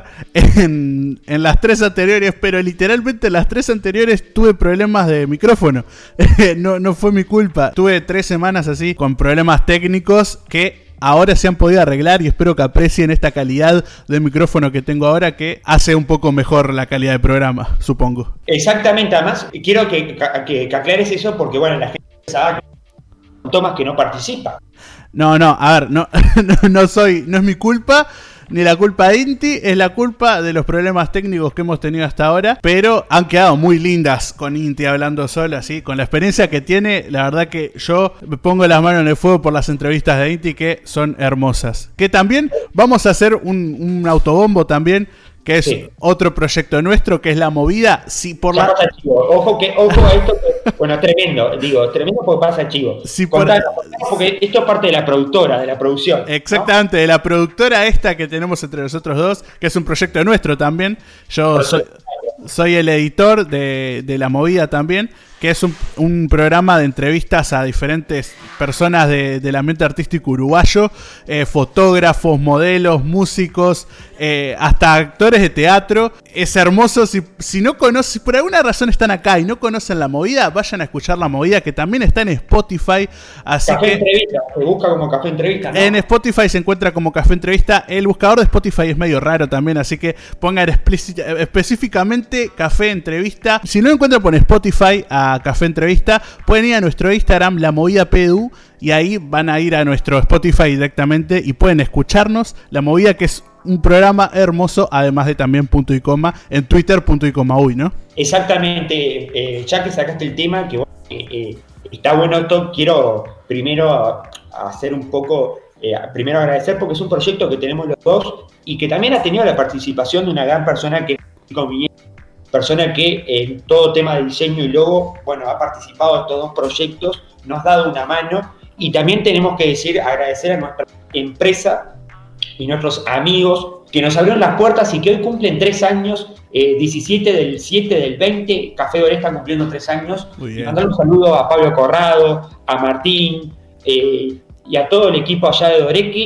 en, en las tres anteriores, pero literalmente en las tres anteriores tuve problemas de micrófono. no, no fue mi culpa. Tuve tres semanas así con problemas técnicos que ahora se han podido arreglar, y espero que aprecien esta calidad de micrófono que tengo ahora, que hace un poco mejor la calidad de programa, supongo. Exactamente, además quiero que, que, que aclares eso, porque, bueno, la gente sabe que Tomás que no participa. No, no, a ver, no, no, no soy, no es mi culpa, ni la culpa de Inti, es la culpa de los problemas técnicos que hemos tenido hasta ahora, pero han quedado muy lindas con Inti hablando sola, así, con la experiencia que tiene. La verdad que yo me pongo las manos en el fuego por las entrevistas de Inti, que son hermosas. Que también vamos a hacer un, un autobombo también, que es sí. otro proyecto nuestro, que es La Movida. Si por la... Pasa chivo. Ojo que, ojo a esto, que, bueno, tremendo, digo, tremendo porque pasa el chivo. Si por... Contanos, porque esto es parte de la productora, de la producción. Exactamente, ¿no? De la productora esta que tenemos entre nosotros dos, que es un proyecto nuestro también. Yo soy, soy el editor de, de La Movida también, que es un, un programa de entrevistas a diferentes personas de, del ambiente artístico uruguayo, eh, fotógrafos, modelos, músicos, eh, hasta actores de teatro. Es hermoso. Si, si no conocen, si por alguna razón están acá y no conocen La Movida, vayan a escuchar La Movida, que también está en Spotify. Así Café que Entrevista, se busca como Café Entrevista, ¿no? En Spotify se encuentra como Café Entrevista. El buscador de Spotify es medio raro también, así que pongan específicamente Café Entrevista. Si no encuentran por Spotify a Café Entrevista, pueden ir a nuestro Instagram, La Movida P D U, y ahí van a ir a nuestro Spotify directamente y pueden escucharnos. La Movida, que es un programa hermoso, además de también punto y coma en Twitter, punto y coma uy, ¿no? Exactamente, eh, ya que sacaste el tema, que eh, eh, está bueno esto, quiero primero hacer un poco, eh, primero agradecer, porque es un proyecto que tenemos los dos y que también ha tenido la participación de una gran persona, que es persona que en todo tema de diseño y logo, bueno, ha participado en estos dos proyectos, nos ha dado una mano, y también tenemos que decir, agradecer a nuestra empresa y nuestros amigos que nos abrieron las puertas y que hoy cumplen tres años, eh, diecisiete del siete del veinte, Café Doré está cumpliendo tres años. Y mandar un saludo a Pablo Corrado, a Martín eh, y a todo el equipo allá de Doré, que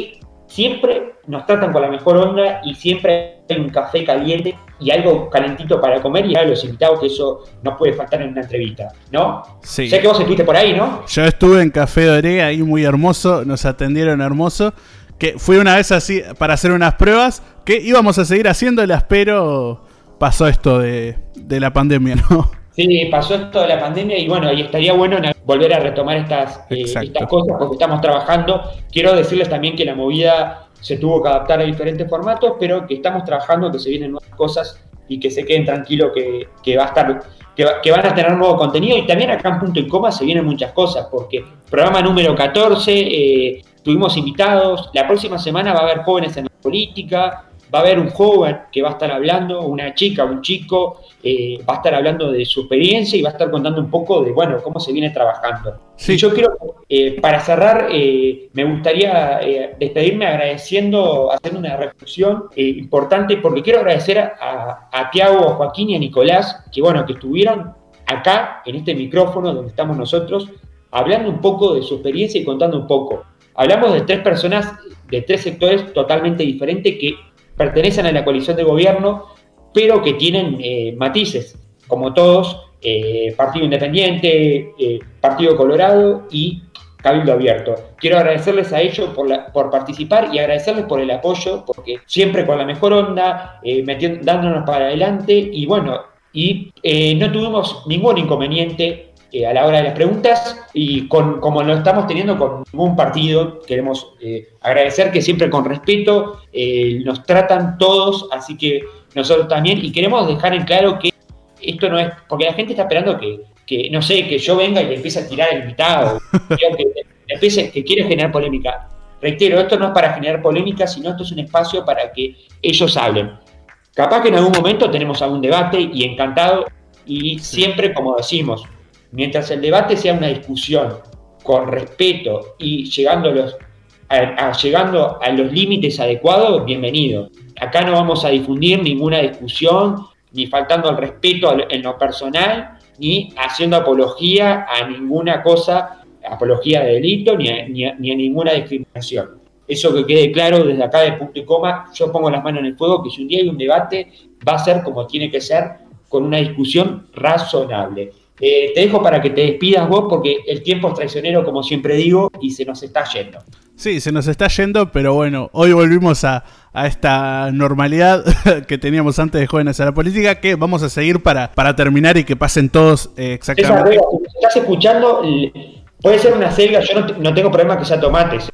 siempre nos tratan con la mejor onda y siempre hay un café caliente y algo calentito para comer y a los invitados, que eso no puede faltar en una entrevista, ¿no? Sí. Sé que vos estuviste por ahí, ¿no? Yo estuve en Café Doré, ahí muy hermoso, nos atendieron hermoso, que fue una vez así para hacer unas pruebas, que íbamos a seguir haciéndolas, pero pasó esto de, de la pandemia, ¿no? Sí, pasó esto de la pandemia y bueno, y estaría bueno volver a retomar estas, eh, estas cosas porque estamos trabajando. Quiero decirles también que la movida se tuvo que adaptar a diferentes formatos, pero que estamos trabajando, que se vienen nuevas cosas y que se queden tranquilos que, que va a estar, que, va, que van a tener nuevo contenido. Y también acá en Punto y Coma se vienen muchas cosas, porque programa número catorce, eh, tuvimos invitados, la próxima semana va a haber jóvenes en la política, va a haber un joven que va a estar hablando, una chica, un chico, eh, va a estar hablando de su experiencia y va a estar contando un poco de, bueno, cómo se viene trabajando. Sí. Y yo quiero, eh, para cerrar, eh, me gustaría eh, despedirme agradeciendo, haciendo una reflexión eh, importante, porque quiero agradecer a, a Tiago, a Joaquín y a Nicolás, que bueno, que estuvieron acá, en este micrófono donde estamos nosotros, hablando un poco de su experiencia y contando un poco. Hablamos de tres personas, de tres sectores totalmente diferentes que pertenecen a la coalición de gobierno, pero que tienen eh, matices, como todos, eh, Partido Independiente, eh, Partido Colorado y Cabildo Abierto. Quiero agradecerles a ellos por, la, por participar y agradecerles por el apoyo, porque siempre con la mejor onda, eh, metiendo, dándonos para adelante, y bueno, y eh, no tuvimos ningún inconveniente Eh, a la hora de las preguntas, y con, como lo estamos teniendo con ningún partido, queremos eh, agradecer que siempre con respeto eh, nos tratan todos, así que nosotros también, y queremos dejar en claro que esto no es, porque la gente está esperando que, que no sé, que yo venga y le empiece a tirar el invitado, que, que, empiece, que quiere generar polémica. Reitero, esto no es para generar polémica, sino esto es un espacio para que ellos hablen. Capaz que en algún momento tenemos algún debate, y encantado, y siempre, como decimos, mientras el debate sea una discusión con respeto y llegando a los, a, a, llegando a los límites adecuados, bienvenido. Acá no vamos a difundir ninguna discusión, ni faltando al respeto en lo personal, ni haciendo apología a ninguna cosa, apología de delito, ni a, ni a, ni a ninguna discriminación. Eso que quede claro desde acá de Punto y Coma. Yo pongo las manos en el fuego que si un día hay un debate, va a ser como tiene que ser, con una discusión razonable. Eh, te dejo para que te despidas vos, porque el tiempo es traicionero, como siempre digo, y se nos está yendo. Sí, se nos está yendo, pero bueno, hoy volvimos a, a esta normalidad que teníamos antes de Jóvenes a la Política, que vamos a seguir para, para terminar y que pasen todos eh, exactamente. Esa, si estás escuchando, puede ser una selga, yo no, no tengo problema que sea tomates.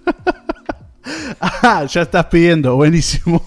Ah, ya estás pidiendo, buenísimo.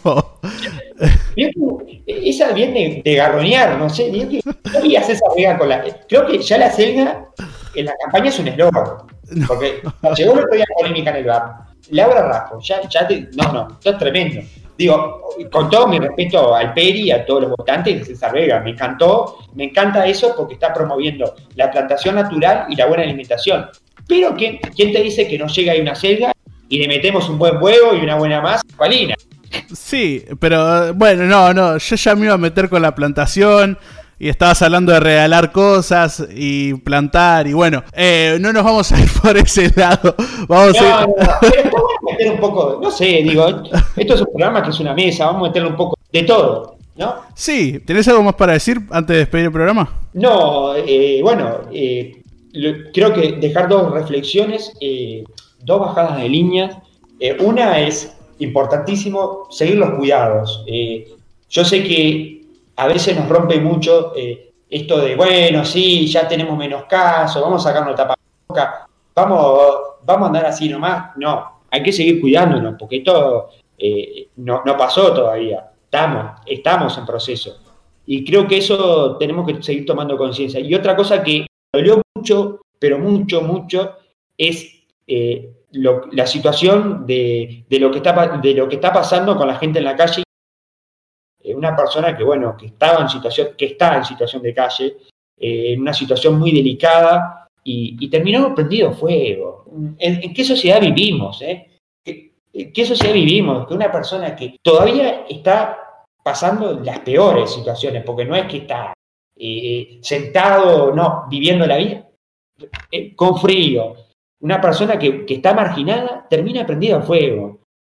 Esa viene de, de garroñar, no sé, que no vi hacer esa pega con la. Creo que ya la selga en la campaña es un eslogan. No. Porque llegó el otro día polémica en el bar. Laura Raffo, ya, ya te, no, no, esto es tremendo. Digo, con todo mi respeto al Peri y a todos los votantes de César Vega, me encantó, me encanta eso porque está promoviendo la plantación natural y la buena alimentación. Pero ¿quién, quién te dice que no llega ahí una selga y le metemos un buen huevo y una buena masa palina? Sí, pero bueno, no, no, yo ya me iba a meter con la plantación y estabas hablando de regalar cosas y plantar y bueno, eh, no nos vamos a ir por ese lado. Vamos no, a ir... no, pero vamos a meter un poco, no sé, digo, esto es un programa que es una mesa, vamos a meterle un poco de todo, ¿no? Sí, ¿tenés algo más para decir antes de despedir el programa? No, eh, bueno, eh, lo, creo que dejar dos reflexiones, eh, dos bajadas de líneas. Eh, una es importantísimo seguir los cuidados. Eh, yo sé que a veces nos rompe mucho eh, esto de, bueno, sí, ya tenemos menos casos, vamos a sacarnos tapabocas, vamos, vamos a andar así nomás. No, hay que seguir cuidándonos, porque esto eh, no, no pasó todavía. Estamos, estamos en proceso. Y creo que eso tenemos que seguir tomando conciencia. Y otra cosa que me dolió mucho, pero mucho, mucho, es eh, Lo, la situación de, de, lo que está, de lo que está pasando con la gente en la calle. Eh, una persona que, bueno, que estaba en situación, que está en situación de calle, eh, en una situación muy delicada, y, y terminó prendido fuego. ¿En, en qué sociedad vivimos? Eh? ¿Qué, ¿En qué sociedad vivimos? Que una persona que todavía está pasando las peores situaciones, porque no es que está eh, sentado, no, viviendo la vida, eh, con frío. Una persona que, que está marginada termina prendida a fuego.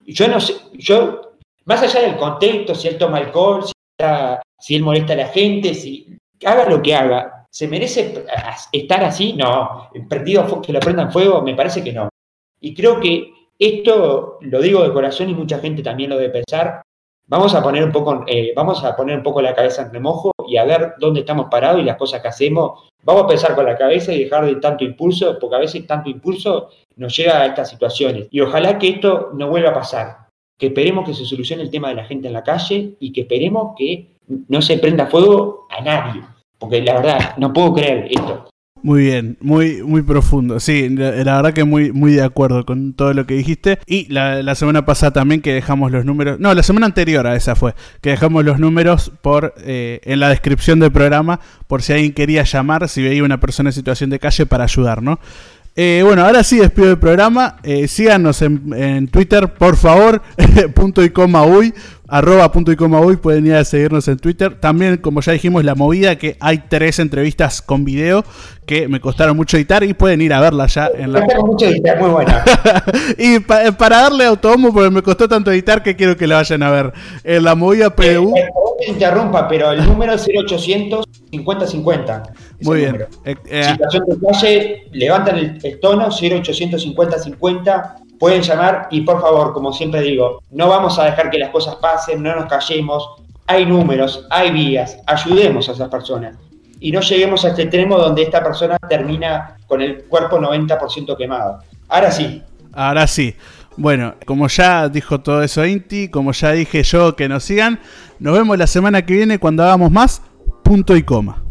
yo no sé, yo, más allá del contexto, si él toma alcohol, si, está, si él molesta a la gente, si haga lo que haga, ¿se merece estar así? No. ¿Prendido, que lo prendan fuego? Me parece que no. Y creo que esto, lo digo de corazón y mucha gente también lo debe pensar, vamos a poner un poco, eh, vamos a poner un poco la cabeza en remojo y a ver dónde estamos parados y las cosas que hacemos. Vamos a pensar con la cabeza y dejar de tanto impulso, porque a veces tanto impulso nos lleva a estas situaciones. Y ojalá que esto no vuelva a pasar. Que esperemos que se solucione el tema de la gente en la calle y que esperemos que no se prenda fuego a nadie. Porque la verdad, no puedo creer esto. Muy bien, muy muy profundo. Sí, la, la verdad que muy muy de acuerdo con todo lo que dijiste. Y la, la semana pasada también que dejamos los números... No, la semana anterior a esa fue. Que dejamos los números por eh, en la descripción del programa por si alguien quería llamar, si veía una persona en situación de calle para ayudar, ¿no? Eh, bueno, ahora sí despido el programa. Eh, síganos en, en Twitter, por favor. punto y coma uy. Arroba punto y coma uy. Pueden ir a seguirnos en Twitter. También, como ya dijimos, la movida que hay tres entrevistas con video que me costaron mucho editar y pueden ir a verlas ya en la... Me costaron mucho editar, muy buena. Y pa para darle autobombo, porque me costó tanto editar que quiero que la vayan a ver. En la movida P U... Eh, eh, te interrumpa, pero el número es cero ochocientos cincuenta cincuenta. Muy bien. Eh, eh, Situación de calle, levantan el, el tono, cero ochocientos cincuenta cincuenta, pueden llamar y por favor, como siempre digo, no vamos a dejar que las cosas pasen, no nos callemos, hay números, hay vías, ayudemos a esas personas y no lleguemos a este extremo donde esta persona termina con el cuerpo noventa por ciento quemado. Ahora sí. Ahora sí. Bueno, como ya dijo todo eso Inti, como ya dije yo, que nos sigan, nos vemos la semana que viene cuando hagamos más punto y coma.